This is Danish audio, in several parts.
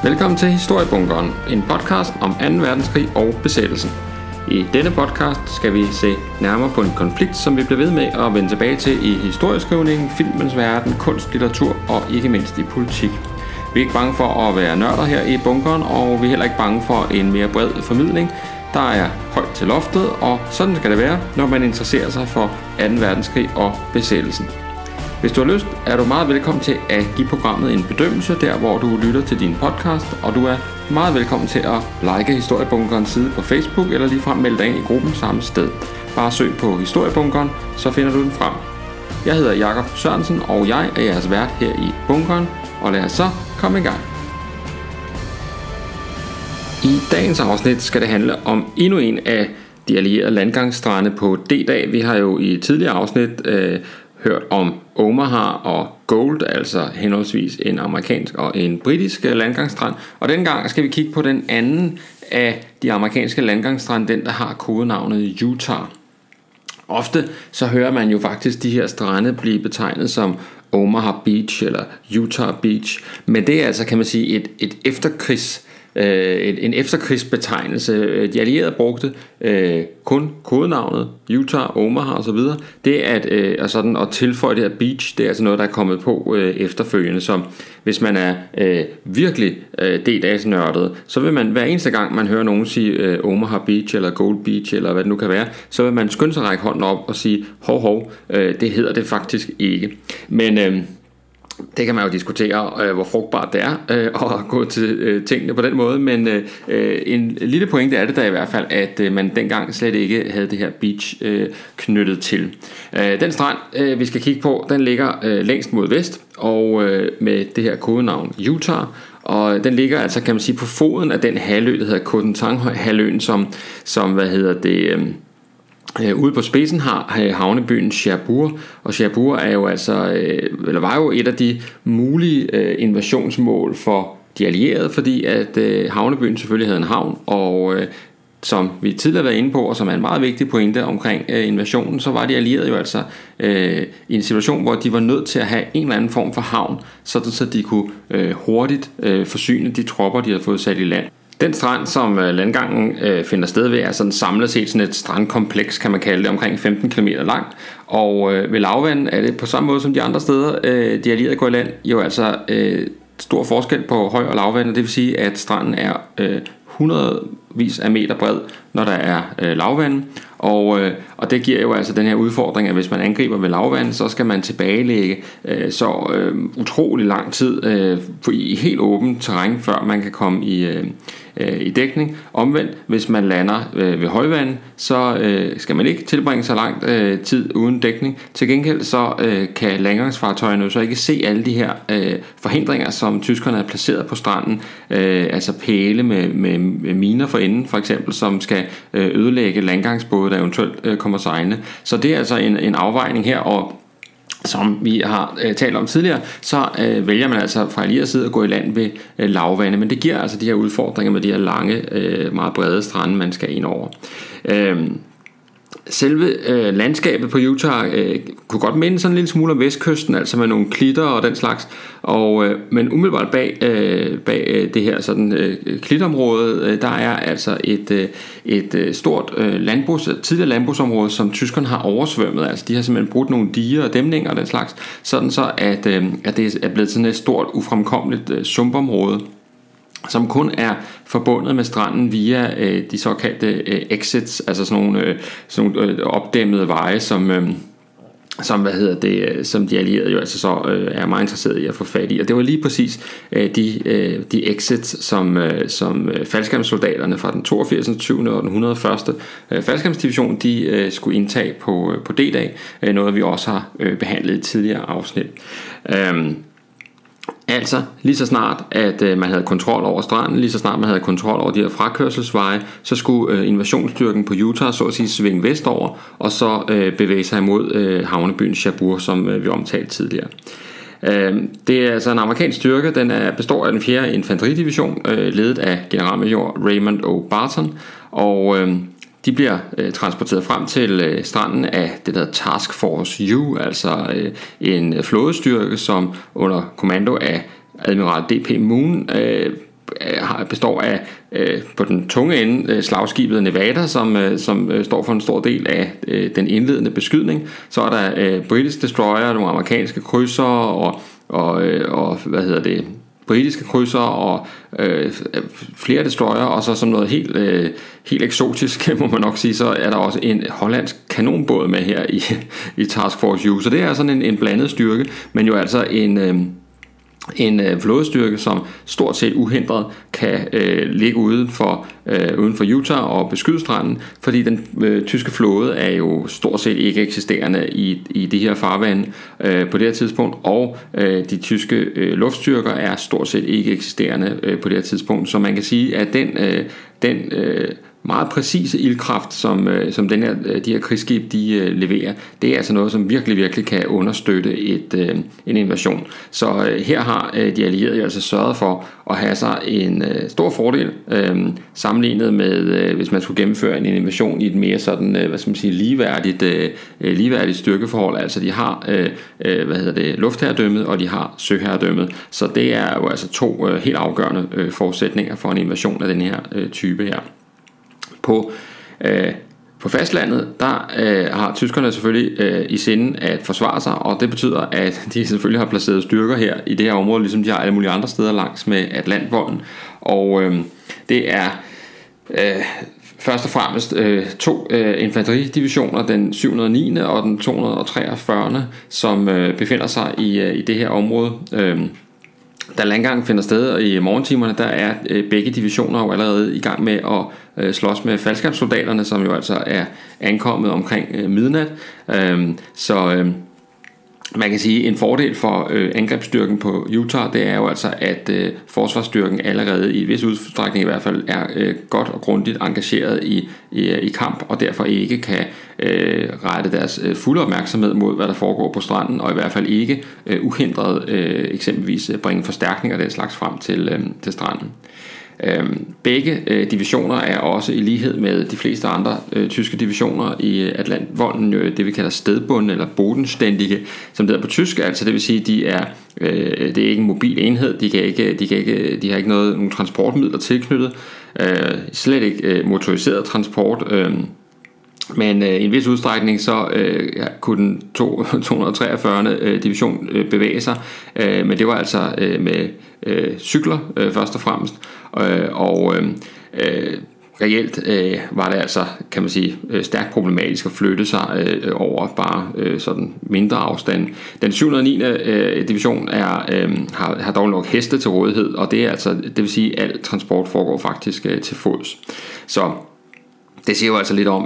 Velkommen til Historiebunkeren, en podcast om 2. verdenskrig og besættelsen. I denne podcast skal vi se nærmere på en konflikt, som vi bliver ved med at vende tilbage til i historieskrivningen, filmens verden, kunst, litteratur og ikke mindst i politik. Vi er ikke bange for at være nørder her i bunkeren, og vi er heller ikke bange for en mere bred formidling. Der er højt til loftet, og sådan skal det være, når man interesserer sig for 2. verdenskrig og besættelsen. Hvis du har lyst, er du meget velkommen til at give programmet en bedømmelse, der hvor du lytter til din podcast, og du er meget velkommen til at like Historiebunkerens side på Facebook, eller ligefrem melde dig ind i gruppen samme sted. Bare søg på Historiebunkeren, så finder du den frem. Jeg hedder Jakob Sørensen, og jeg er jeres vært her i bunkeren, og lad os så komme i gang. I dagens afsnit skal det handle om endnu en af de allierede landgangsstrande på D-dag. Vi har jo i tidligere afsnit hørt om Omaha og Gold, altså henholdsvis en amerikansk og en britisk landgangsstrand. Og denne gang skal vi kigge på den anden af de amerikanske landgangsstrande, den der har kodenavnet Utah. Ofte så hører man jo faktisk de her strande blive betegnet som Omaha Beach eller Utah Beach, men det er altså, kan man sige, en efterkrigsbetegnelse. De allierede brugte kun kodenavnet Utah, Omaha og så videre. Det at tilføje det her beach, det er altså noget, der er kommet på efterfølgende. Så hvis man er virkelig D-dagsnørdet, så vil man hver eneste gang man hører nogen sige Omaha Beach eller Gold Beach eller hvad det nu kan være, så vil man skynde sig at række hånden op og sige hov, det hedder det faktisk ikke. Men det kan man jo diskutere, hvor frugtbart det er at gå til tingene på den måde, men en lille pointe er det der i hvert fald, at man dengang slet ikke havde det her beach knyttet til. Den strand, vi skal kigge på, den ligger længst mod vest, og med det her kodenavn Utah, og den ligger altså, kan man sige, på foden af den halvø, der hedder Kotentang-halvøen, som ude på spidsen har havnebyen Cherbourg, og Cherbourg er jo var jo et af de mulige invasionsmål for de allierede, fordi at havnebyen selvfølgelig havde en havn, og som vi tidligere har været inde på, og som er en meget vigtig pointe omkring invasionen, så var de allierede jo altså i en situation, hvor de var nødt til at have en eller anden form for havn, så de kunne hurtigt forsyne de tropper, de havde fået sat i land. Den strand, som landgangen finder sted ved, er sådan samlet set sådan et strandkompleks, kan man kalde det, omkring 15 km langt. Og ved lavvandet er det på samme måde som de andre steder, de allierede går i land, jo altså stor forskel på høj- og lavvandet. Det vil sige, at stranden er hundredvis af meter bred, når der er lavvand. Og det giver jo altså den her udfordring, at hvis man angriber ved lavvand, så skal man tilbagelægge utrolig lang tid i helt åbent terræn, før man kan komme i dækning. Omvendt, hvis man lander ved højvand, så skal man ikke tilbringe så lang tid uden dækning. Til gengæld så kan landgangsfartøjerne jo så ikke se alle de her forhindringer, som tyskerne har placeret på stranden, altså pæle med miner for enden for eksempel, som skal ødelægge landgangsbåde, der eventuelt kommer sejlende. Så det er altså en afvejning her, og som vi har talt om tidligere, så vælger man altså fra allierede side at gå i land ved lavvande, men det giver altså de her udfordringer med de her lange, meget brede strande, man skal ind over. Selve landskabet på Utah kunne godt minde sådan en lille smule om vestkysten, altså med nogle klitter og den slags, men umiddelbart bag det her sådan klitområde, der er altså et stort tidligere landbrugsområde, som tyskerne har oversvømmet. Altså de har simpelthen brudt nogle diger og dæmninger og den slags, sådan så at det er blevet sådan et stort ufremkommeligt sumpområde, som kun er forbundet med stranden via de såkaldte exits, altså sådan nogle opdæmmede veje, som de allierede jo altså så er meget interesserede i at få fat i. Og det var lige præcis de exits, som faldskærmssoldaterne fra den 82. 20. og den 101. faldskærmsdivision, de skulle indtage på D-dag, noget vi også har behandlet i tidligere afsnit. Altså lige så snart at man havde kontrol over stranden, lige så snart man havde kontrol over de her frakørselsveje, så skulle invasionsstyrken på Utah så at sige svinge vestover, og så bevæge sig imod havnebyen Cherbourg, som vi omtalte tidligere. Det er altså en amerikansk styrke. Den består af den 4. infanteridivision, ledet af generalmajor Raymond O. Barton, og de bliver transporteret frem til stranden af det der Task Force U, altså en flådestyrke, som under kommando af admiral D.P. Moon består af på den tunge ende slagskibet Nevada, som står for en stor del af den indledende beskydning. Så er der britiske destroyer, nogle amerikanske krydser og britiske krydser og flere destroyer, og så som noget helt eksotisk, må man nok sige, så er der også en hollandsk kanonbåd med her i Task Force U. Så det er sådan en blandet styrke, men jo altså en flådestyrke, som stort set uhindret kan ligge uden for Utah og beskyde stranden, fordi den tyske flåde er jo stort set ikke eksisterende i de her farvande på det her tidspunkt, og de tyske luftstyrker er stort set ikke eksisterende på det her tidspunkt, så man kan sige, at den meget præcise ildkraft, som de her krigsskib de leverer, det er altså noget, som virkelig kan understøtte en invasion. Så her har de allierede altså sørget for at have sig en stor fordel sammenlignet med, hvis man skulle gennemføre en invasion i et mere sådan, ligeværdigt styrkeforhold. Altså de har luftherredømmet, og de har søherredømmet. Så det er jo altså to helt afgørende forudsætninger for en invasion af den her type her. På fastlandet, der har tyskerne selvfølgelig i sinde at forsvare sig, og det betyder, at de selvfølgelig har placeret styrker her i det her område, ligesom de har alle mulige andre steder langs med Atlantvolden. Og det er først og fremmest to infanteridivisioner, den 709. og den 243. som befinder sig i det her område. Da landgang finder sted i morgentimerne, der er begge divisioner jo allerede i gang med at slås med faldskærmssoldaterne, som jo altså er ankommet omkring midnat. Så man kan sige, at en fordel for angrebsstyrken på Utah, det er jo altså, at forsvarsstyrken allerede i vis udstrækning i hvert fald er godt og grundigt engageret i kamp, og derfor ikke kan rette deres fulde opmærksomhed mod, hvad der foregår på stranden, og i hvert fald ikke uhindret eksempelvis bringe forstærkninger af den slags frem til stranden. Begge divisioner er også i lighed med de fleste andre tyske divisioner i Atlantvolden det vi kalder stedbundne eller bodenstændige, som det hedder på tysk. Altså det vil sige, det er ikke en mobil enhed. De har ikke nogle transportmidler tilknyttet, slet ikke motoriseret transport. Men i en vis udstrækning så kunne den 243. division bevæge sig, men det var altså med cykler først og fremmest, og reelt var det altså, kan man sige, stærkt problematisk at flytte sig over bare sådan mindre afstand. Den 709. division har dog nok heste til rådighed, og det er altså, det vil sige, at al transport foregår faktisk til fods. Så det siger jo altså lidt om,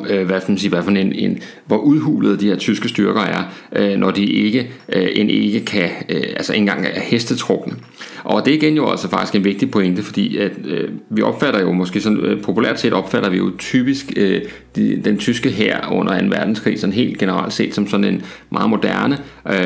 hvor udhulede de her tyske styrker er, når de ikke kan, altså ikke engang er hestetrukne. Og det er igen jo altså faktisk en vigtig pointe, fordi at vi opfatter jo måske sådan, populært set opfatter vi jo typisk den tyske hær under 2. verdenskrig sådan helt generelt set som sådan en meget moderne,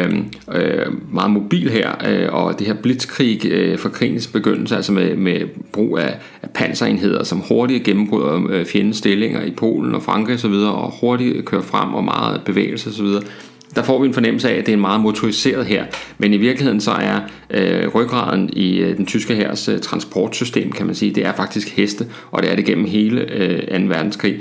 meget mobil hær, og det her blitzkrig fra krigens begyndelse, altså med brug af panserenheder, som hurtigt gennembryder fjendens stillinger i Polen og Frankrig osv., og hurtigt kører frem og meget bevægelse osv. Der får vi en fornemmelse af, at det er en meget motoriseret her, men i virkeligheden så er ryggraden i den tyske hærs transportsystem, kan man sige, det er faktisk heste, og det er det gennem hele 2. verdenskrig.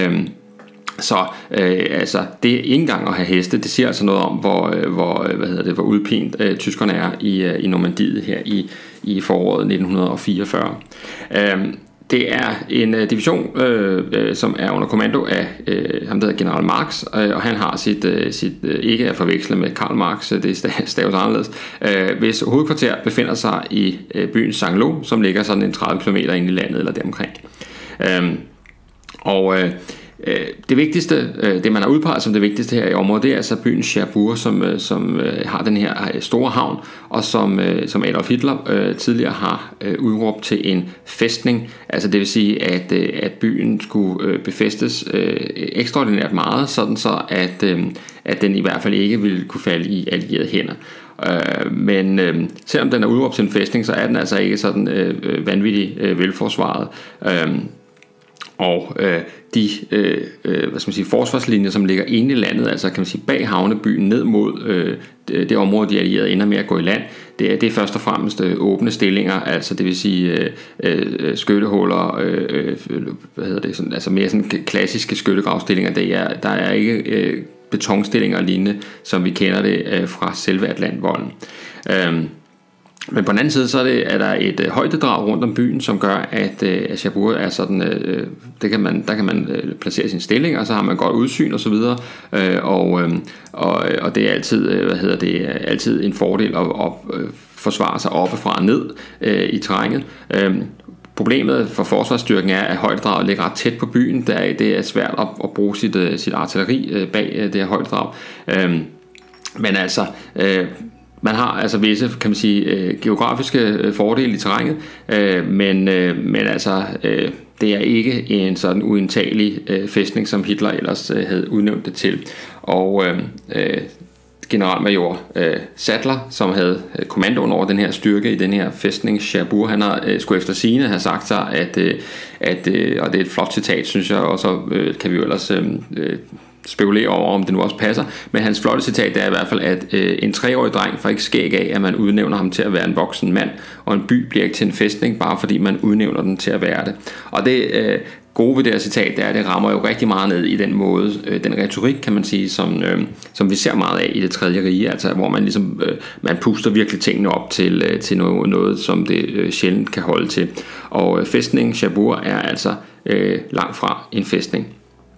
Så altså det ikke engang at have heste, det siger altså noget om hvor udpint tyskerne er i Normandiet her i foråret 1944. Det er en division, som er under kommando af ham der hedder General Marx, og han har sit ikke at forveksle med Karl Marx, det staves anderledes, hvis hovedkvarter befinder sig i byen Saint-Lô, som ligger sådan en 30 km ind i landet eller deromkring. Det vigtigste, det man har udpeget som det vigtigste her i området, det er altså byen Cherbourg, som har den her store havn, og som Adolf Hitler tidligere har udråbt til en fæstning. Altså det vil sige, at byen skulle befæstes ekstraordinært meget, sådan så at den i hvert fald ikke ville kunne falde i allierede hænder. Men selvom den er udråbt til en fæstning, så er den altså ikke sådan vanvittigt velforsvaret. Og de forsvarslinjer, som ligger inde i landet, altså kan man sige bag havnebyen ned mod det område, de allierede ender med at gå i land, det er først og fremmest åbne stillinger, altså det vil sige skyttehuller, altså mere sådan klassiske skyttegravstillinger. Der er ikke betonstillinger og lignende, som vi kender det fra selve Atlantvolden. Men på den anden side, så er der et højdedrag rundt om byen, som gør, at Cherbourg er sådan, der kan man placere sin stilling, og så har man godt udsyn og så videre, og det er altid, altid en fordel at forsvare sig oppefra og ned i terrænet. Problemet for forsvarsstyrken er, at højdedraget ligger ret tæt på byen. Det er svært at bruge sit artilleri bag det her højdedrag. Men altså man har altså visse, kan man sige, geografiske fordele i terrænet, men altså det er ikke en sådan uindtagelig fæstning, som Hitler ellers havde udnævnt det til. Og generalmajor Sattler, som havde kommandoen over den her styrke i den her fæstning Cherbourg, han har skulle efter sigende have sagt sig, og det er et flot citat, synes jeg, og så kan vi jo ellers spekulere over, om det nu også passer, men hans flotte citat er i hvert fald, at en 3-årig dreng får ikke skæg af, at man udnævner ham til at være en voksen mand, og en by bliver ikke til en fæstning, bare fordi man udnævner den til at være det. Og det gode ved det her citat, det er, at det rammer jo rigtig meget ned i den måde, den retorik, kan man sige, som vi ser meget af i det tredje rige, altså hvor man ligesom, man puster virkelig tingene op til noget, som det sjældent kan holde til. Og fæstningen Cherbourg er altså langt fra en fæstning.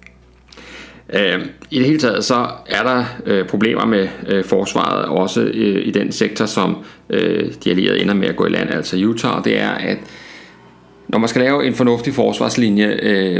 I det hele taget så er der problemer med forsvaret også i den sektor, som de allierede ender med at gå i land, altså Utah, og det er, at når man skal lave en fornuftig forsvarslinje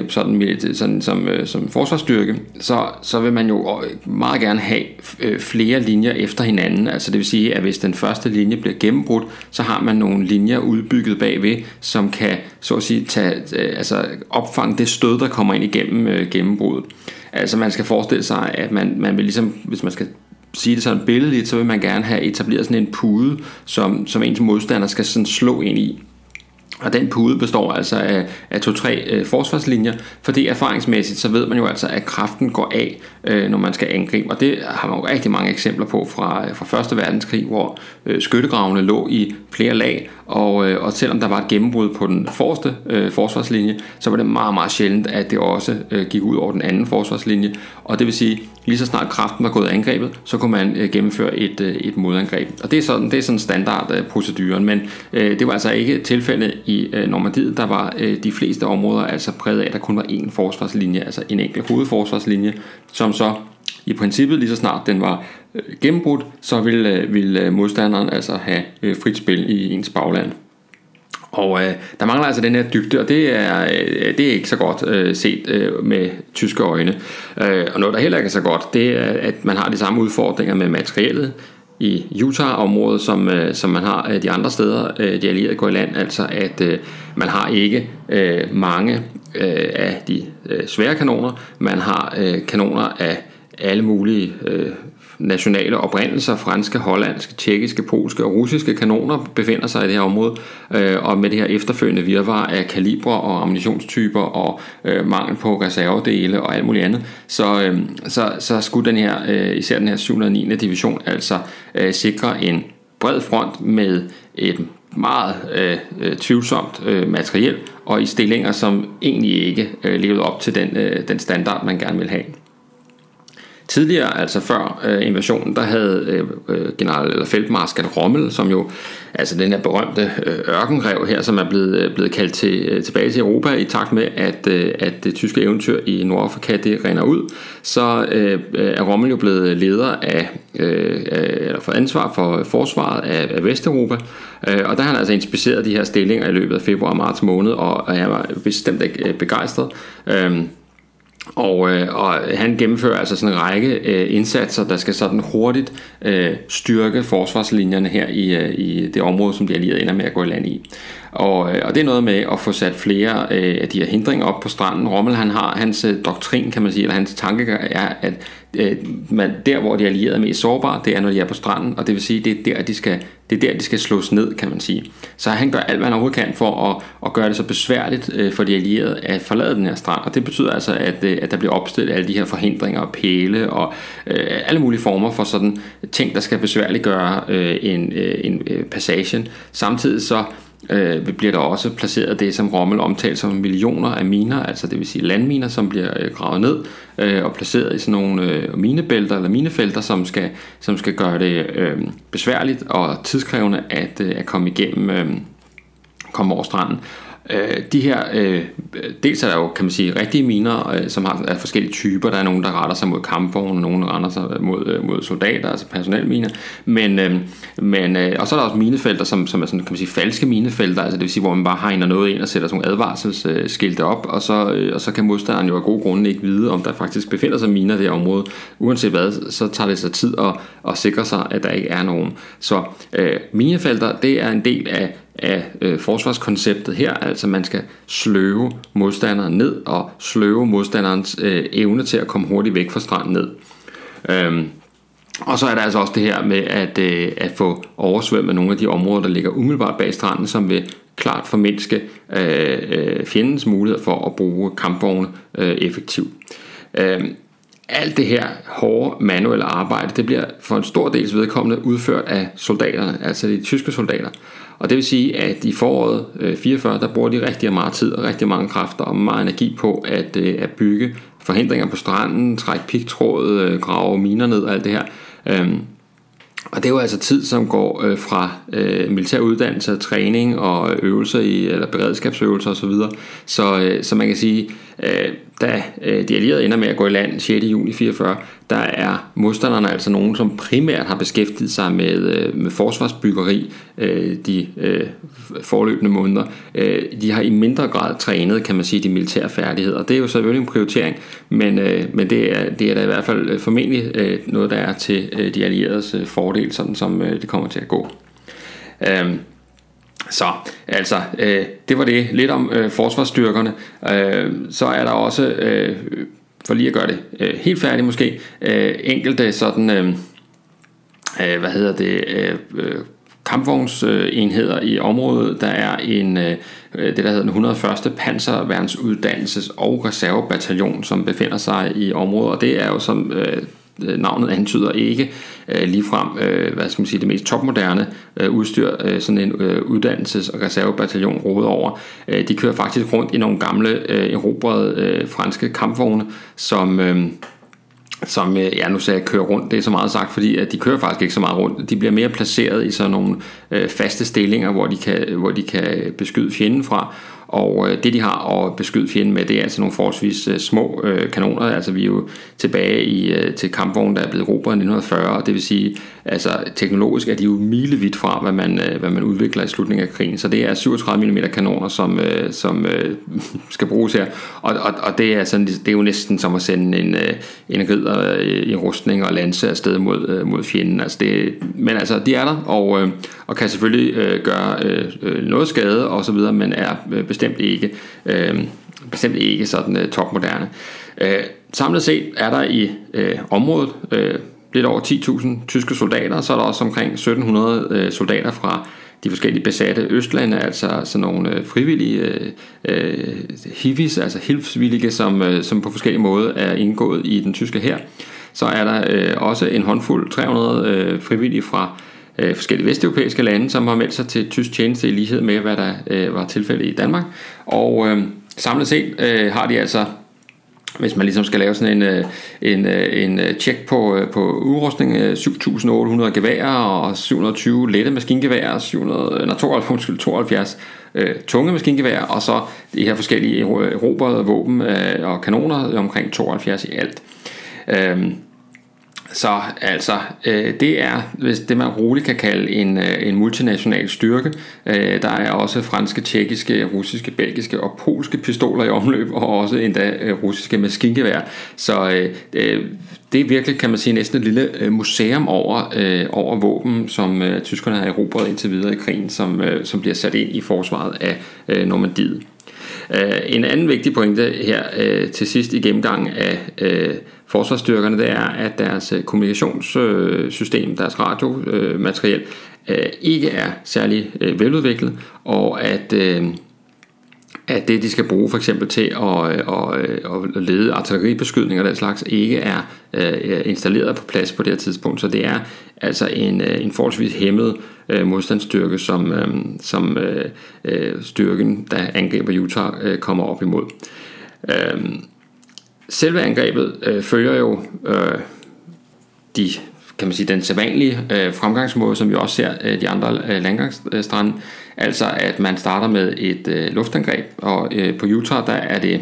som forsvarsstyrke, så vil man jo meget gerne have flere linjer efter hinanden. Altså det vil sige, at hvis den første linje bliver gennembrudt, så har man nogle linjer udbygget bagved, som kan så at sige opfange det stød, der kommer ind igennem gennembruddet. Altså man skal forestille sig, at man vil ligesom, hvis man skal sige det sådan billedligt, så vil man gerne have etableret sådan en pude, som ens modstander skal sådan slå ind i. Og den pude består altså af 2-3 forsvarslinjer, fordi erfaringsmæssigt så ved man jo altså, at kraften går af, når man skal angribe. Og det har man jo rigtig mange eksempler på fra 1. verdenskrig, hvor skyttegravene lå i flere lag, og selvom der var et gennembrud på den forreste forsvarslinje, så var det meget, meget sjældent, at det også gik ud over den anden forsvarslinje. Og det vil sige, lige så snart kraften var gået angrebet, så kunne man gennemføre et modangreb. Og det er sådan standardproceduren, men det var altså ikke tilfældet i Normandiet. Der var de fleste områder altså præget af, at der kun var én forsvarslinje, altså en enkelt hovedforsvarslinje, som så i princippet lige så snart den var gennembrudt, så ville modstanderen altså have frit spil i ens bagland. Og der mangler altså den her dybde, og det er ikke så godt set med tyske øjne. Og noget der heller ikke er så godt, det er, at man har de samme udfordringer med materiellet i Utah-området, som man har de andre steder, de allierede går i land. Altså at man har ikke mange af de svære kanoner, man har kanoner af alle mulige nationale oprindelser, franske, hollandske, tjekkiske, polske og russiske kanoner befinder sig i det her område, og med det her efterfølgende virvar af kalibre og ammunitionstyper og mangel på reservedele og alt muligt andet, så skulle den her, især den her 709. division altså sikre en bred front med et meget tvivlsomt materiel og i stillinger, som egentlig ikke levede op til den standard, man gerne vil have. Tidligere, altså før invasionen, der havde general eller feltmarskal Rommel, som jo, altså den her berømte ørkenrev her, som er blevet kaldt tilbage til Europa i takt med, at det tyske eventyr i Nordafrika, det render ud, så er Rommel jo blevet leder af, eller for ansvar for forsvaret af Vesteuropa, og der har han altså inspiceret de her stillinger i løbet af februar og marts måned, og jeg var bestemt ikke begejstret. Og han gennemfører altså sådan en række indsatser, der skal sådan hurtigt styrke forsvarslinjerne her i det område, som de allierede ender med at gå i land i. Og det er noget med at få sat flere af de her hindringer op på stranden. Rommel, hans doktrin, kan man sige, eller hans tanke er, at der hvor de allierede er mest sårbare, det er når de er på stranden, og det vil sige, det er der de skal slås ned, kan man sige. Så han gør alt hvad han overhovedet kan for at gøre det så besværligt for de allierede at forlade den her strand, og det betyder altså at der bliver opstillet alle de her forhindringer og pæle og alle mulige former for sådan ting, der skal besværliggøre en passagen. Samtidig så bliver der også placeret det, som Rommel omtaler som millioner af miner, altså det vil sige landminer, som bliver gravet ned og placeret i sådan nogle minebælter eller minefelter, som skal gøre det besværligt og tidskrævende at komme igennem, komme over stranden. De her, dels er der jo, kan man sige, rigtige miner, som har forskellige typer. Der er nogen, der retter sig mod kampvogne, nogen der retter sig mod soldater, altså personelminer. Og så er der også minefelter, som er sådan, kan man sige, falske minefelter, altså det vil sige, hvor man bare hegner noget ind og sætter sådan nogle advarselsskilte op, og så kan modstanderen jo af gode grunde ikke vide, om der faktisk befinder sig miner i det område. Uanset hvad, så tager det sig tid at sikre sig, at der ikke er nogen. Så minefelter, det er en del af forsvarskonceptet her, altså man skal sløve modstanderen ned og sløve modstanderens evne til at komme hurtigt væk fra stranden ned. Og så er der altså også det her med at få oversvømmet nogle af de områder, der ligger umiddelbart bag stranden, som vil klart formindske fjendens mulighed for at bruge kampvogne effektivt. Alt det her hårde manuelle arbejde, det bliver for en stor dels vedkommende udført af soldaterne, altså de tyske soldater. Og det vil sige, at i foråret 44, der bruger de rigtig meget tid og rigtig mange kræfter og meget energi på at bygge forhindringer på stranden, trække pigtråd, grave miner ned og alt det her. Og det er jo altså tid, som går fra militær uddannelse, træning og øvelser eller beredskabsøvelser osv. Så man kan sige, da de allierede ender med at gå i land 6. juni 44, der er modstanderne altså nogen, som primært har beskæftiget sig med forsvarsbyggeri de forløbende måneder. De har i mindre grad trænet, kan man sige, de militære færdigheder. Det er jo selvfølgelig en prioritering, men det er da i hvert fald formentlig noget, der er til de allieredes fordel, sådan som det kommer til at gå. Så altså, det var det lidt om forsvarsstyrkerne. Så er der også, for lige at gøre det helt færdigt måske, enkelte sådan, kampvognsenheder i området. Der er det der hedder den 101. Panserværnsuddannelses- og reservebataljon, som befinder sig i området, og det er jo som navnet antyder ikke ligefrem det mest topmoderne udstyr, sådan en uddannelses- og reservebataljon råder over. De kører faktisk rundt i nogle gamle erobrede franske kampvogne, som nu sagde jeg kører rundt, det er så meget sagt, fordi at de kører faktisk ikke så meget rundt. De bliver mere placeret i sådan nogle faste stillinger, hvor de kan beskyde fjenden fra. Og det de har at beskyde fjenden med, det er altså nogle forholdsvis små kanoner. Altså vi er jo tilbage til kampvognen, der er blevet erobret i 1940, og det vil sige, altså teknologisk er de jo milevidt fra, hvad man udvikler i slutningen af krigen. Så det er 37 mm kanoner, som skal bruges her, og det er sådan, det er jo næsten som at sende en ridder i rustning og lanse afsted mod fjenden. Altså men altså de er der og kan selvfølgelig gøre noget skade og så videre, men er bestemt ikke sådan topmoderne. Samlet set er der i området lidt over 10.000 tyske soldater, og så er der også omkring 1.700 soldater fra de forskellige besatte østlande, altså sådan nogle frivillige hivis, altså hilfsvillige, som på forskellige måder er indgået i den tyske hær. Så er der også en håndfuld 300 frivillige fra forskellige vesteuropæiske lande, som har meldt sig til tysk tjeneste i lighed med, hvad der var tilfældet i Danmark. Og samlet set har de altså, hvis man ligesom skal lave sådan en tjek på udrustning, 7.800 geværer og 720 lette maskingeværer, 72 tunge maskingeværer, og så de her forskellige erobrede våben og kanoner, omkring 72 i alt. Så altså, det er det man roligt kan kalde en multinational styrke. Der er også franske, tjekkiske, russiske, belgiske og polske pistoler i omløb, og også endda russiske maskingevær. Så det er virkelig, kan man sige, næsten et lille museum over våben, som tyskerne har erobret indtil videre i krigen, som bliver sat ind i forsvaret af Normandiet. En anden vigtig pointe her til sidst i gennemgangen af forsvarsstyrkerne, det er, at deres kommunikationssystem, deres radiomateriel, ikke er særlig veludviklet, og at det de skal bruge for eksempel til at lede artilleribeskydning og den slags, ikke er installeret på plads på det her tidspunkt. Så det er altså en forholdsvis hæmmet modstandsstyrke, som styrken, der angriber Utah, kommer op imod. Selve angrebet følger jo kan man sige, den sædvanlige fremgangsmåde, som vi også ser de andre landgangsstrande, altså at man starter med et luftangreb, og på Utah der er det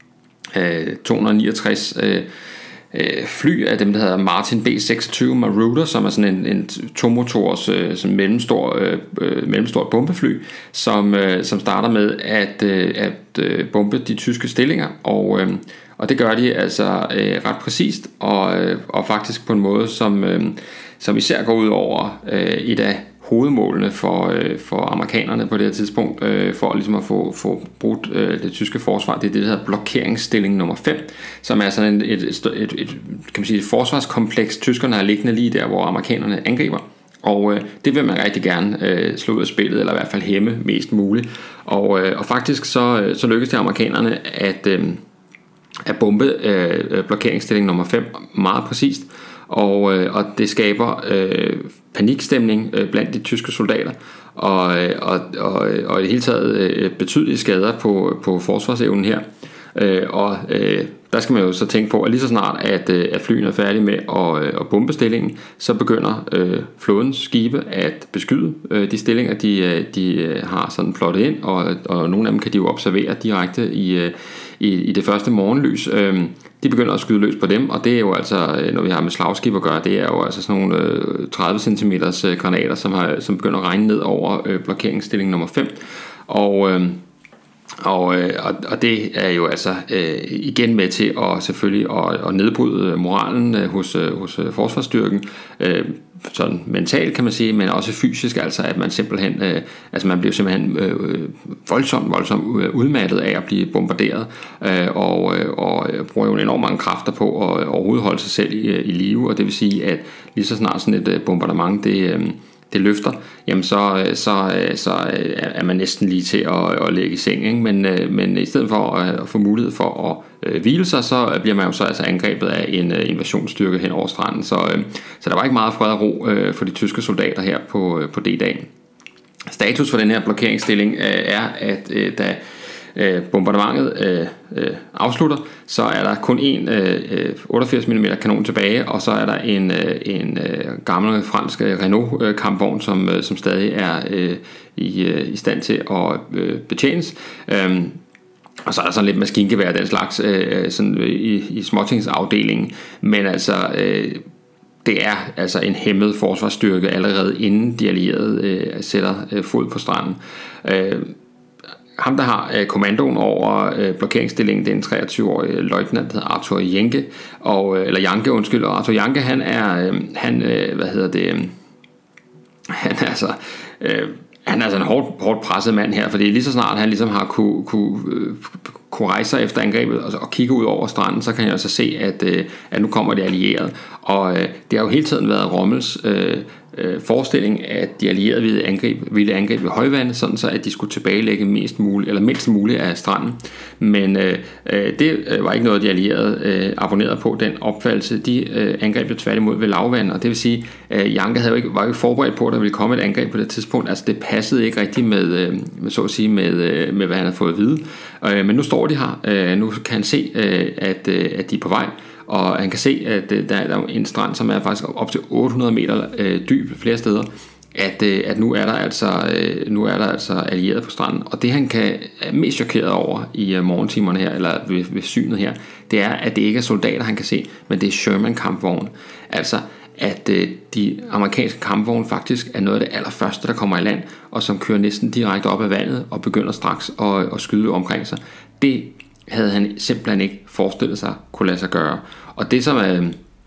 269 fly af dem, der hedder Martin B-26 Marauder, som er sådan en tomotors sådan mellemstort bombefly, som starter med at bombe de tyske stillinger, og det gør de altså ret præcist, og faktisk på en måde, som især går ud over et af hovedmålene for amerikanerne på det her tidspunkt, for ligesom at få brudt det tyske forsvar. Det er det, der hedder blokeringsstilling nummer 5, som er sådan et kan man sige, et forsvarskompleks, tyskerne har liggende lige der, hvor amerikanerne angriber. Og det vil man rigtig gerne slå ud af spillet, eller i hvert fald hæmme mest muligt. Og faktisk så lykkedes det amerikanerne at bombe blokeringsstilling nummer 5 meget præcist, og det skaber panikstemning blandt de tyske soldater, og i det hele taget betydelige skader på forsvarsevnen her. Der skal man jo så tænke på, at lige så snart at flyene er færdige med at bombe stillingen, så begynder flådens skibe at beskyde de stillinger, de har sådan plottet ind, og nogle af dem kan de jo observere direkte i det første morgenlys. De begynder at skyde løs på dem, og det er jo altså, når vi har med slagskib at gøre, det er jo altså sådan nogle 30 cm granater, som begynder at regne ned over blokeringsstilling nummer 5. Og det er jo altså igen med til at selvfølgelig at nedbryde moralen hos forsvarsstyrken, sådan mentalt kan man sige, men også fysisk, altså at man simpelthen man bliver simpelthen voldsomt udmattet af at blive bombarderet, og bruger jo enormt mange kræfter på at overhovedet holde sig selv i live, og det vil sige, at lige så snart sådan et bombardement det løfter, jamen så er man næsten lige til at lægge i seng, ikke? Men i stedet for at få mulighed for at hvile sig, så bliver man jo så altså angrebet af en invasionsstyrke hen over stranden. Så der var ikke meget fred og ro for de tyske soldater her på D-dagen. Status for den her blokeringsstilling er, at da bombardementet afslutter, så er der kun en 88 mm kanon tilbage, og så er der en gammel fransk Renault kampvogn, som stadig er i stand til at betjenes. Og så er der sådan lidt maskingevær af den slags sådan i småtingsafdelingen, men altså det er altså en hæmmet forsvarsstyrke allerede inden de allierede sætter fod på stranden. Ham, der har kommandoen over blokeringsstillingen, det er en 23-årig løjtnant, der hedder Arthur Janke, og Arthur Janke, han er en hårdt presset mand her, fordi lige så snart han ligesom har kunne rejse sig efter angrebet og kigge ud over stranden, så kan jeg altså se, at nu kommer de allierede, og det har jo hele tiden været Rommels forestilling, at de allierede ville angribe ved højvande, sådan så at de skulle tilbagelægge mindst muligt af stranden. Men det var ikke noget, de allierede abonnerede på, den opfattelse. De angreb jo tværtimod ved lavvand, og det vil sige, at Janke var jo ikke forberedt på, at der ville komme et angreb på det tidspunkt. Altså det passede ikke rigtigt med hvad han havde fået at vide. Men nu står de her. Nu kan han se, at de er på vej. Og han kan se, at der er en strand, som er faktisk op til 800 meter dyb flere steder, at nu er der altså allierede på stranden. Og det han er mest chokeret over i morgentimerne her, eller ved synet her, det er, at det ikke er soldater, han kan se, men det er Sherman kampvogne. Altså at de amerikanske kampvogne faktisk er noget af det allerførste, der kommer i land, og som kører næsten direkte op ad vandet og begynder straks at skyde omkring sig. Det havde han simpelthen ikke forestillet sig kunne lade sig gøre. Og det som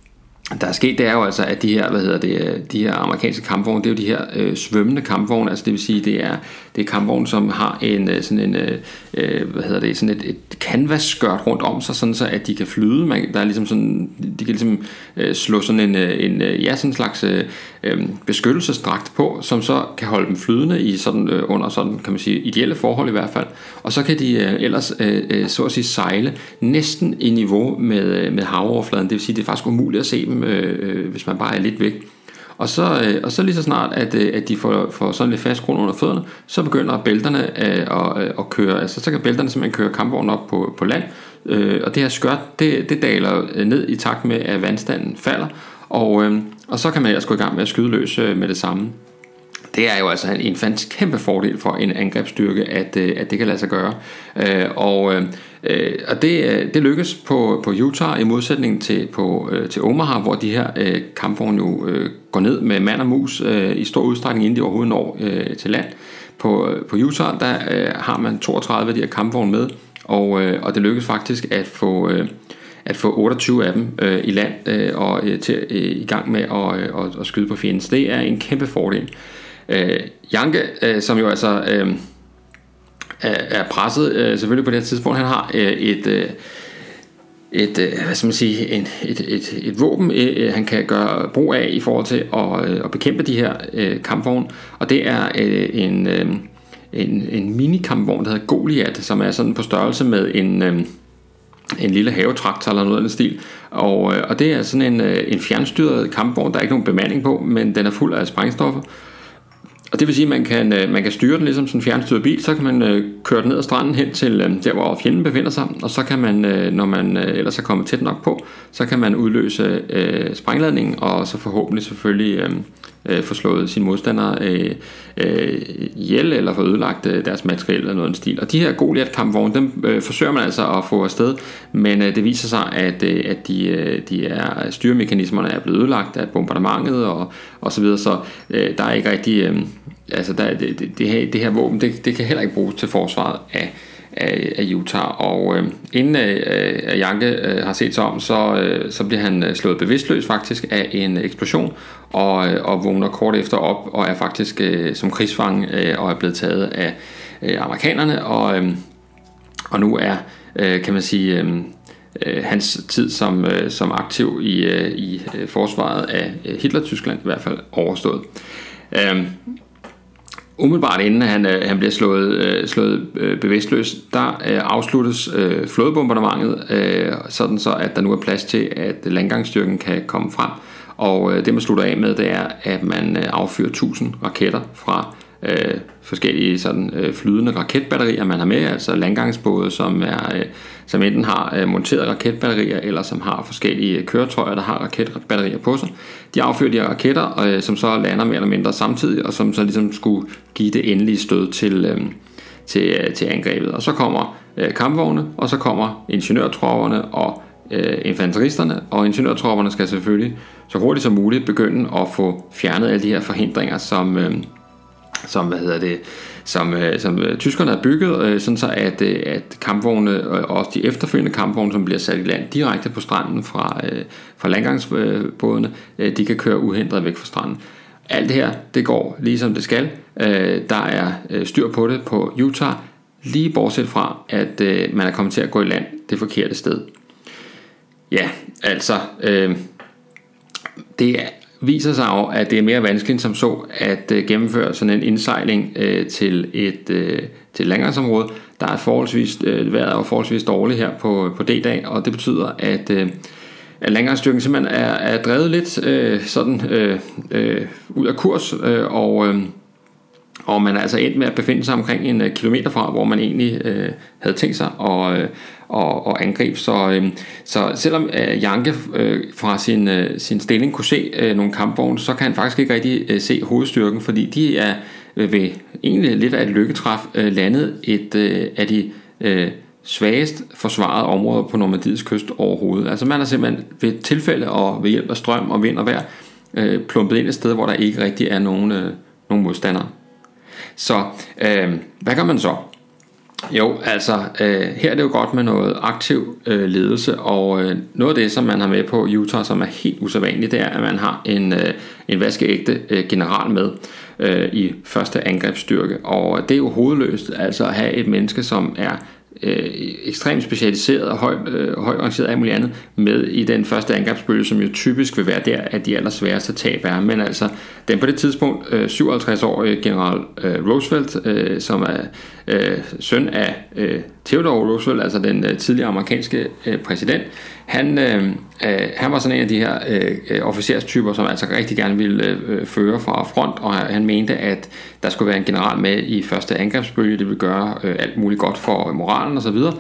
der er sket, det er jo altså, at de her, de her amerikanske kampvogne, det er jo de her svømmende kampvogne, altså det vil sige, det er kampvogne, som har sådan et canvas-skørt rundt om sig, sådan så at de kan flyde. Der er ligesom sådan, de kan ligesom slå sådan sådan en slags beskyttelsesdragt på, som så kan holde dem flydende i sådan under sådan, kan man sige, ideelle forhold i hvert fald. Og så kan de ellers så at sige sejle næsten i niveau med havoverfladen. Det vil sige, det er faktisk umuligt at se dem, hvis man bare er lidt væk. Og så lige så snart at de får sådan lidt fast grund under fødderne, så begynder bælterne at køre, altså så kan bælterne simpelthen køre kampvognen op på land, og det her skørt, det daler ned i takt med at vandstanden falder, og så kan man ellers gå i gang med at skyde løs med det samme. Det er jo altså en kæmpe fordel for en angrebsstyrke, at det kan lade sig gøre. Og det lykkes på Utah i modsætning til Omaha, hvor de her kampvogne jo går ned med mand og mus i stor udstrækning, inden de overhovedet når til land. På Utah, der har man 32 af de her kampvogne med, og det lykkes faktisk at få 28 af dem i land og i gang med at skyde på fjenden. Så det er en kæmpe fordel. Janke, som jo altså er presset selvfølgelig på det her tidspunkt, han har et våben, han kan gøre brug af i forhold til at bekæmpe de her kampvogne, og det er en mini-kampvogn, der hedder Goliath, som er sådan på størrelse med en lille havetraktor eller noget af den stil, og det er sådan en fjernstyret kampvogn. Der er ikke nogen bemanding på, men den er fuld af sprængstoffer. Og det vil sige, at man kan styre den ligesom sådan en fjernstyret bil. Så kan man køre den ned ad stranden hen til der, hvor fjenden befinder sig. Og så kan man, når man ellers er kommet tæt nok på, så kan man udløse sprængladningen, og så forhåbentlig selvfølgelig få slået sine modstandere ihjel, eller få ødelagt deres materiel eller noget af den stil. Og de her Goliath-kampvogne, dem forsøger man altså at få afsted, men det viser sig, at styremekanismerne er blevet ødelagt af bombardementet og så videre, så der er ikke rigtig altså det her våben, det kan heller ikke bruges til forsvaret af Utah. Og inden Janke har set sig om, så bliver han slået bevidstløs faktisk af en eksplosion, og vågner kort efter op og er faktisk som krigsfange og er blevet taget af amerikanerne, og nu er, kan man sige, hans tid som aktiv i forsvaret af Hitler-Tyskland i hvert fald overstået. Umiddelbart inden han bliver slået bevidstløs, der afsluttes flådebombardementet, sådan så at der nu er plads til, at landgangsstyrken kan komme frem. Og det man slutter af med, det er, at man affyrer 1000 raketter fra forskellige sådan flydende raketbatterier, man har med, altså landgangsbåde, som enten har monteret raketbatterier, eller som har forskellige køretøjer, der har raketbatterier på sig. De affyrer de her raketter, som så lander mere eller mindre samtidig, og som så ligesom skulle give det endelige stød til angrebet. Og så kommer kampvogne, og så kommer ingeniørtropperne og infanteristerne, og ingeniørtropperne skal selvfølgelig så hurtigt som muligt begynde at få fjernet alle de her forhindringer, som tyskerne har bygget, sådan så at kampvogne og også de efterfølgende kampvogne, som bliver sat i land direkte på stranden fra landgangsbådene, de kan køre uhindret væk fra stranden. Alt det her, det går ligesom det skal. Der er styr på det på Utah, lige bortset fra, at man er kommet til at gå i land det forkerte sted. Ja, altså det viser sig jo, at det er mere vanskeligt som så at gennemføre sådan en indsejling til et landgangsområde. Der er vejret er forholdsvis dårligt her på D-dag, og det betyder, at landgangsstyrken simpelthen er drevet lidt ud af kurs, og man er altså endt med at befinde sig omkring 1 kilometer fra, hvor man egentlig havde tænkt sig at angribe. Så selvom Janke fra sin stilling kunne se nogle kampvogne, så kan han faktisk ikke rigtig se hovedstyrken, fordi de er ved egentlig lidt af et lykketræf landet et af de svagest forsvarede områder på Normandiets kyst overhovedet. Altså man er simpelthen ved tilfælde og ved hjælp af strøm og vind og vejr plumpet ind et sted, hvor der ikke rigtig er nogen modstandere. Så hvad gør man så? Jo, altså her er det jo godt med noget aktiv ledelse, og noget af det, som man har med på Utah, som er helt usædvanligt, det er, at man har en vaskeægte general med i første angrebsstyrke, og det er jo hovedløst, altså at have et menneske, som er ekstremt specialiseret og højt rangeret af muligt andet med i den første angrebsbølge, som jo typisk vil være der, at de allersværeste tab er. Men altså, den på det tidspunkt 57-årige general Roosevelt, som er søn af Theodore Roosevelt, altså den tidligere amerikanske præsident, han var sådan en af de her officerstyper, som altså rigtig gerne ville føre fra front, og han mente, at der skulle være en general med i første angrebsbølge. Det ville gøre alt muligt godt for moralen og så videre.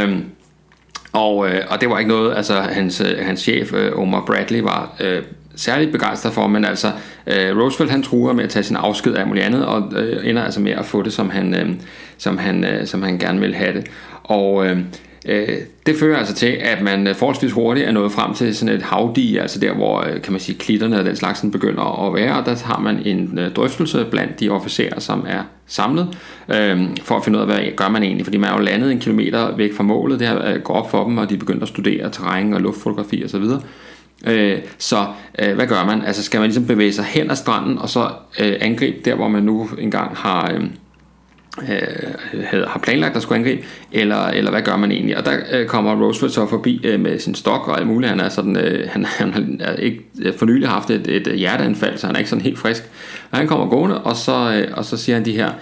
Og det var ikke noget, altså hans chef Omar Bradley var særligt begejstret for, men altså Roosevelt han truer med at tage sin afsked af muligt andet, og ender altså med at få det, som han gerne vil have det. Og det fører altså til, at man forholdsvis hurtigt er nået frem til sådan et havdige, altså der, hvor kan man sige, klitterne og den slags begynder at være, og der har man en drøftelse blandt de officerer, som er samlet, for at finde ud af, hvad gør man egentlig, fordi man er jo landet en kilometer væk fra målet, det her går op for dem, og de begynder at studere terræn og luftfotografi og så videre. Så hvad gør man? Altså skal man ligesom bevæge sig hen ad stranden, og så angribe der, hvor man nu engang har planlagt at skulle angribe, eller hvad gør man egentlig? Og der kommer Roosevelt så forbi med sin stok og alt muligt. Han er sådan, han har ikke for nylig haft et hjerteanfald, så han er ikke sådan helt frisk. Og han kommer gående, og så siger han de her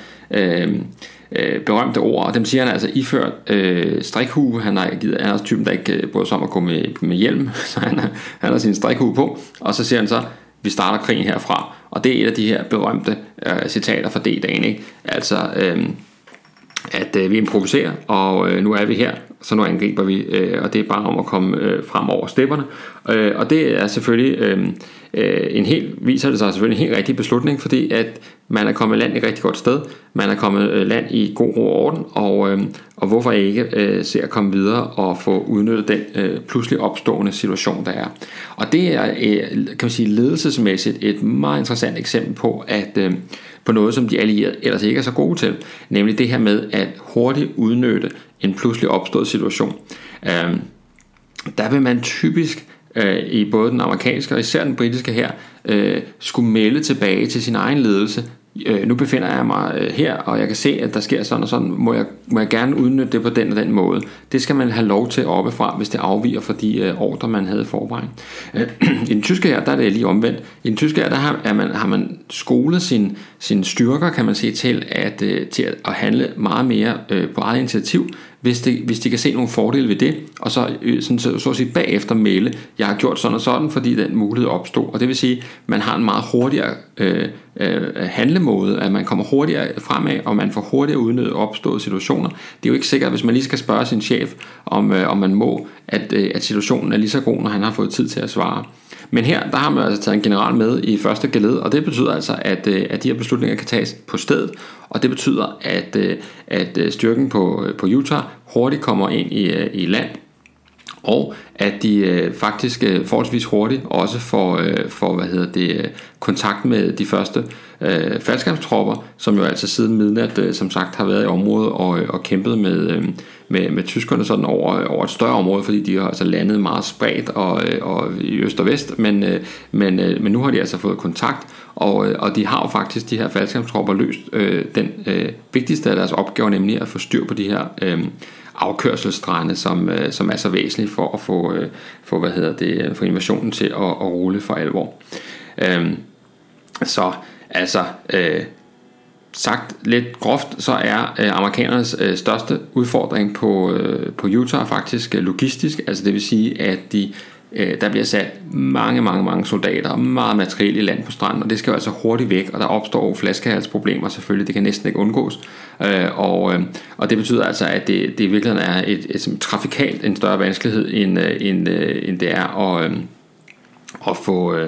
berømte ord, og dem siger han altså iført strikhue. Han er også typen, der ikke bryder sig om at gå med hjelm, så han har sin strikhue på, og så siger han så: vi starter krigen herfra. Og det er et af de her berømte citater fra D-dagen, ikke? Altså at vi improviserer, og nu er vi her, så nu angriber vi, og det er bare om at komme frem over stepperne. Og det er selvfølgelig viser det sig selvfølgelig en helt rigtig beslutning, fordi at man er kommet land i et rigtig godt sted, man er kommet land i god ro og orden, og hvorfor ikke se at komme videre og få udnyttet den pludselig opstående situation, der er. Og det er, kan man sige, ledelsesmæssigt et meget interessant eksempel på, at på noget, som de allierede ellers ikke er så gode til, nemlig det her med at hurtigt udnytte en pludselig opstået situation. Der vil man typisk i både den amerikanske og især den britiske her skulle melde tilbage til sin egen ledelse. Nu befinder jeg mig her, og jeg kan se, at der sker sådan og sådan. Må jeg gerne udnytte det på den og den måde? Det skal man have lov til oppefra, hvis det afviger fra de ordre, man havde i forvejen. I den tyske her, der er det lige omvendt. I den tyske her, der har man skolet sine styrker, kan man sige, til at handle meget mere på eget initiativ, hvis de kan se nogle fordele ved det, og så at sige bagefter melde: jeg har gjort sådan og sådan, fordi den mulighed opstod. Og det vil sige, man har en meget hurtigere handlemåde, at man kommer hurtigere fremad, og man får hurtigere udnyttet opståede situationer. Det er jo ikke sikkert, hvis man lige skal spørge sin chef, om man må, at situationen er lige så god, når han har fået tid til at svare. Men her, der har man altså taget en general med i første geled, og det betyder altså, at de her beslutninger kan tages på stedet, og det betyder, at styrken på Utah hurtigt kommer ind i land, og at de faktisk forholdsvis hurtigt også får kontakt med de første faldskærmstropper, som jo altså siden midnat som sagt har været i området og kæmpet med tyskerne sådan over et større område, fordi de har altså landet meget spredt og i øst og vest, men nu har de altså fået kontakt, og de har jo faktisk, de her faldskærmstropper, løst den vigtigste af deres opgaver, nemlig at få styr på de her afkørselsstrande, som er så væsentlige for at få invasionen til at rulle for alvor. Så altså sagt lidt groft, så er amerikanernes største udfordring på Utah faktisk logistisk, altså det vil sige, at der bliver sat mange soldater og meget materiel i land på stranden, og det skal jo altså hurtigt væk, og der opstår flaskehalsproblemer selvfølgelig, det kan næsten ikke undgås, og det betyder altså, at det i virkeligheden er et trafikalt en større vanskelighed, end det er at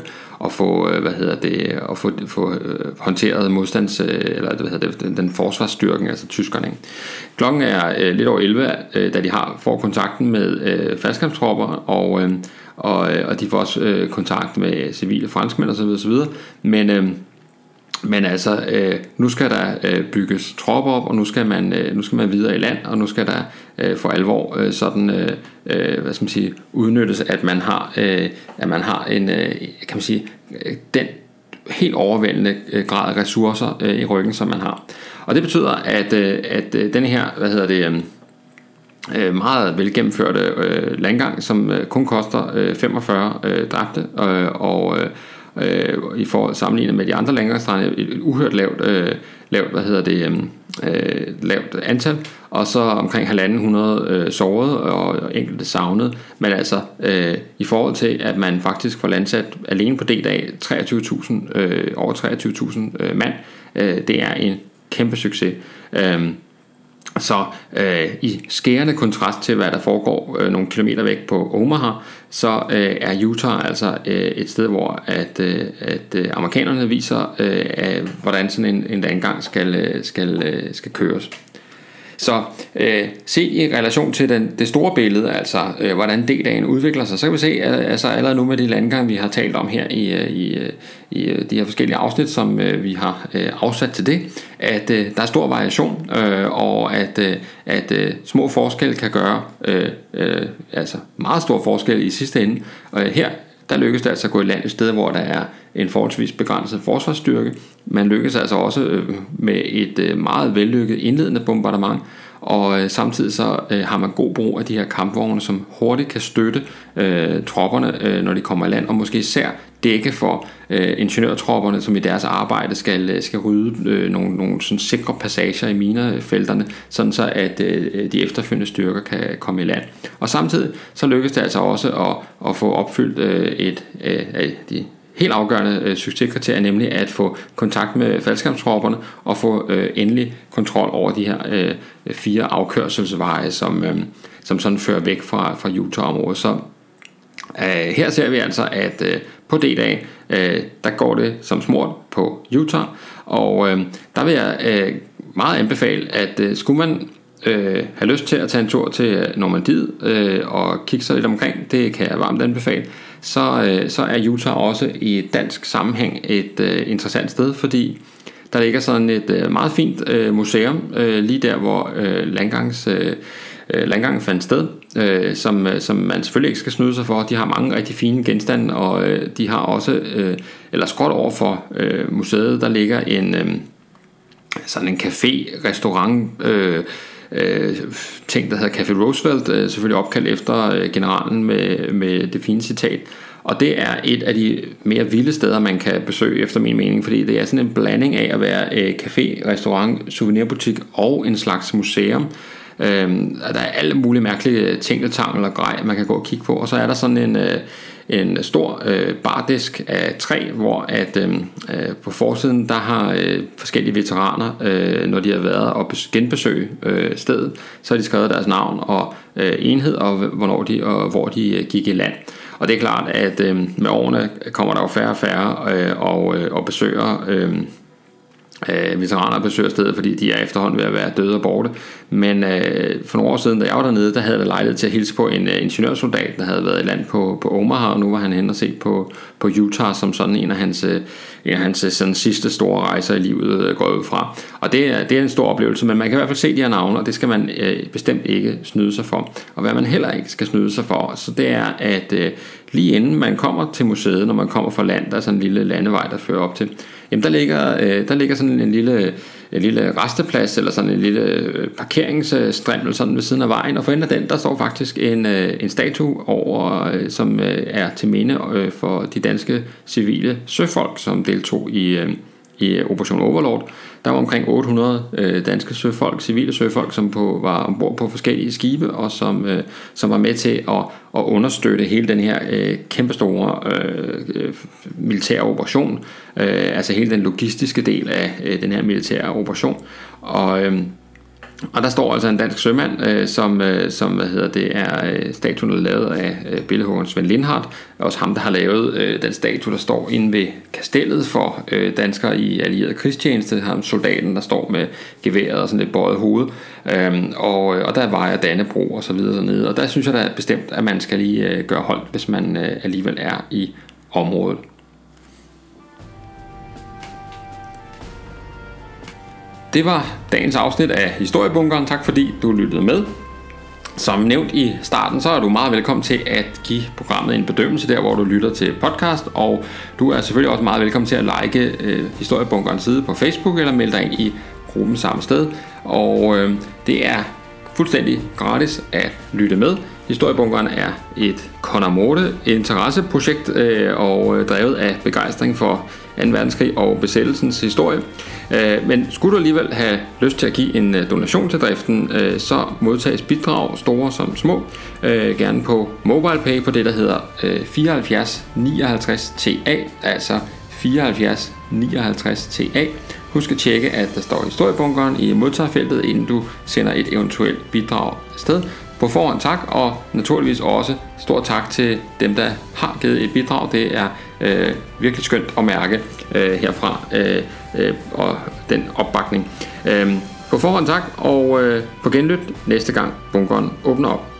få håndteret modstands eller den forsvarsstyrken, altså tyskerne. Klokken er lidt over 11, da de får kontakten med faldskærmstropper, og de får også kontakt med civile franskmænd osv. Men Men altså, nu skal der bygges tropper op, og nu skal man videre i land, og nu skal der for alvor sådan, hvad skal man sige, udnyttes, at man har en, kan man sige, den helt overvældende grad af ressourcer i ryggen, som man har. Og det betyder, at den her, meget velgennemførte landgang, som kun koster 45 dræbte, og i forhold sammenlignet med de andre landgangsstrande et uhørt lavt antal, og så omkring 1.500 sårede og enkelte savnede, men altså i forhold til at man faktisk får landsat alene på D-dag over 23.000 mand, det er en kæmpe succes. Så i skærende kontrast til hvad der foregår nogle kilometer væk på Omaha, så er Utah altså et sted hvor at amerikanerne viser hvordan sådan en landgang skal køres. Så set i relation til det store billede, altså hvordan D-dagen udvikler sig, så kan vi se altså allerede nu med de landgange vi har talt om her i de her forskellige afsnit, som vi har afsat til det, at der er stor variation, og at små forskelle kan gøre altså meget stor forskel i sidste ende. Her der lykkes det altså at gå i land et sted, hvor der er en forholdsvis begrænset forsvarsstyrke. Man lykkes altså også med et meget vellykket indledende bombardement, og samtidig så har man god brug af de her kampvogne, som hurtigt kan støtte tropperne, når de kommer i land, og måske især dække for ingeniørtropperne, som i deres arbejde skal rydde nogle sådan sikre passager i minefelterne, sådan så at de efterfølgende styrker kan komme i land. Og samtidig så lykkes det altså også at få opfyldt et af de helt afgørende succeskriterier, nemlig at få kontakt med faldskærmstropperne og få endelig kontrol over de her 4 afkørselsveje, som sådan fører væk fra Utah-området. Så her ser vi altså, at på D-dag, der går det som smurt på Utah, og der vil jeg meget anbefale, at skulle man have lyst til at tage en tur til Normandiet og kigge sig lidt omkring, det kan jeg varmt anbefale, så er Utah også i dansk sammenhæng et interessant sted, fordi der ligger sådan et meget fint museum lige der, hvor landgangen fandt sted, som man selvfølgelig ikke skal snyde sig for. De har mange rigtig fine genstande, og de har også, eller skråt over for museet, der ligger sådan en café, restaurant, ting, der hedder Café Roosevelt, selvfølgelig opkaldt efter generalen med det fine citat. Og det er et af de mere vilde steder, man kan besøge efter min mening, fordi det er sådan en blanding af at være café, restaurant, souvenirbutik og en slags museum. Der er alle mulige mærkelige tingeltangel og grej, man kan gå og kigge på, og så er der sådan en stor bardisk af træ, hvor at på forsiden der har forskellige veteraner, når de har været og genbesøge stedet, så har de skrevet deres navn og enhed og hvor de gik i land. Og det er klart, at med årene kommer der jo færre og færre og besøger veteraner besøger stedet, fordi de er efterhånden ved at være døde og borte. Men for nogle år siden, da jeg var dernede, der havde jeg lejlighed til at hilse på en ingeniørsoldat, der havde været i land på Omaha, og nu var han hen og set på Utah som sådan en af hans sådan sidste store rejser i livet går ud fra. Og det er en stor oplevelse, men man kan i hvert fald se de her navne, og det skal man bestemt ikke snyde sig for. Og hvad man heller ikke skal snyde sig for, så det er, at lige inden man kommer til museet, når man kommer fra land, der er sådan en lille landevej, der fører op til, jamen der ligger sådan en lille resteplads, eller sådan en lille parkeringsstrimmel sådan ved siden af vejen, og for enden af den, der står faktisk en statue over, som er til minde for de danske civile søfolk, som deltog i Operation Overlord. Der var omkring 800 danske søfolk, civile søfolk, som var ombord på forskellige skibe, og som var med til at understøtte hele den her kæmpestore militære operation, altså hele den logistiske del af den her militære operation. Og der står altså en dansk sømand, som er statuen, der er lavet af billedhuggeren Svend Lindhardt. Også ham, der har lavet den statue, der står inde ved kastellet for danskere i allieret krigstjeneste. Ham soldaten, der står med geværet og sådan lidt bøjet hoved. Og der vejer Dannebrog og så videre dernede. Og der synes jeg da bestemt, at man skal lige gøre holdt, hvis man alligevel er i området. det var dagens afsnit af Historiebunkeren. Tak fordi du lyttede med. Som nævnt i starten, så er du meget velkommen til at give programmet en bedømmelse der, hvor du lytter til podcast. Og du er selvfølgelig også meget velkommen til at like Historiebunkerens side på Facebook eller melde dig ind i gruppen samme sted. Og det er fuldstændig gratis at lytte med. Historiebunkeren er et Conor Morte interesseprojekt og drevet af begejstring for 2. verdenskrig og besættelsens historie. Men skulle du alligevel have lyst til at give en donation til driften, så modtages bidrag, store som små, gerne på MobilePay på det, der hedder 74 59 TA, altså 74 59 TA. Husk at tjekke, at der står Historiebunkeren i modtagerfeltet, inden du sender et eventuelt bidrag afsted. På forhånd tak, og naturligvis også stor tak til dem, der har givet et bidrag. Det er virkelig skønt at mærke herfra, og den opbakning. På forhånd tak, og på genlyt næste gang bunkeren åbner op.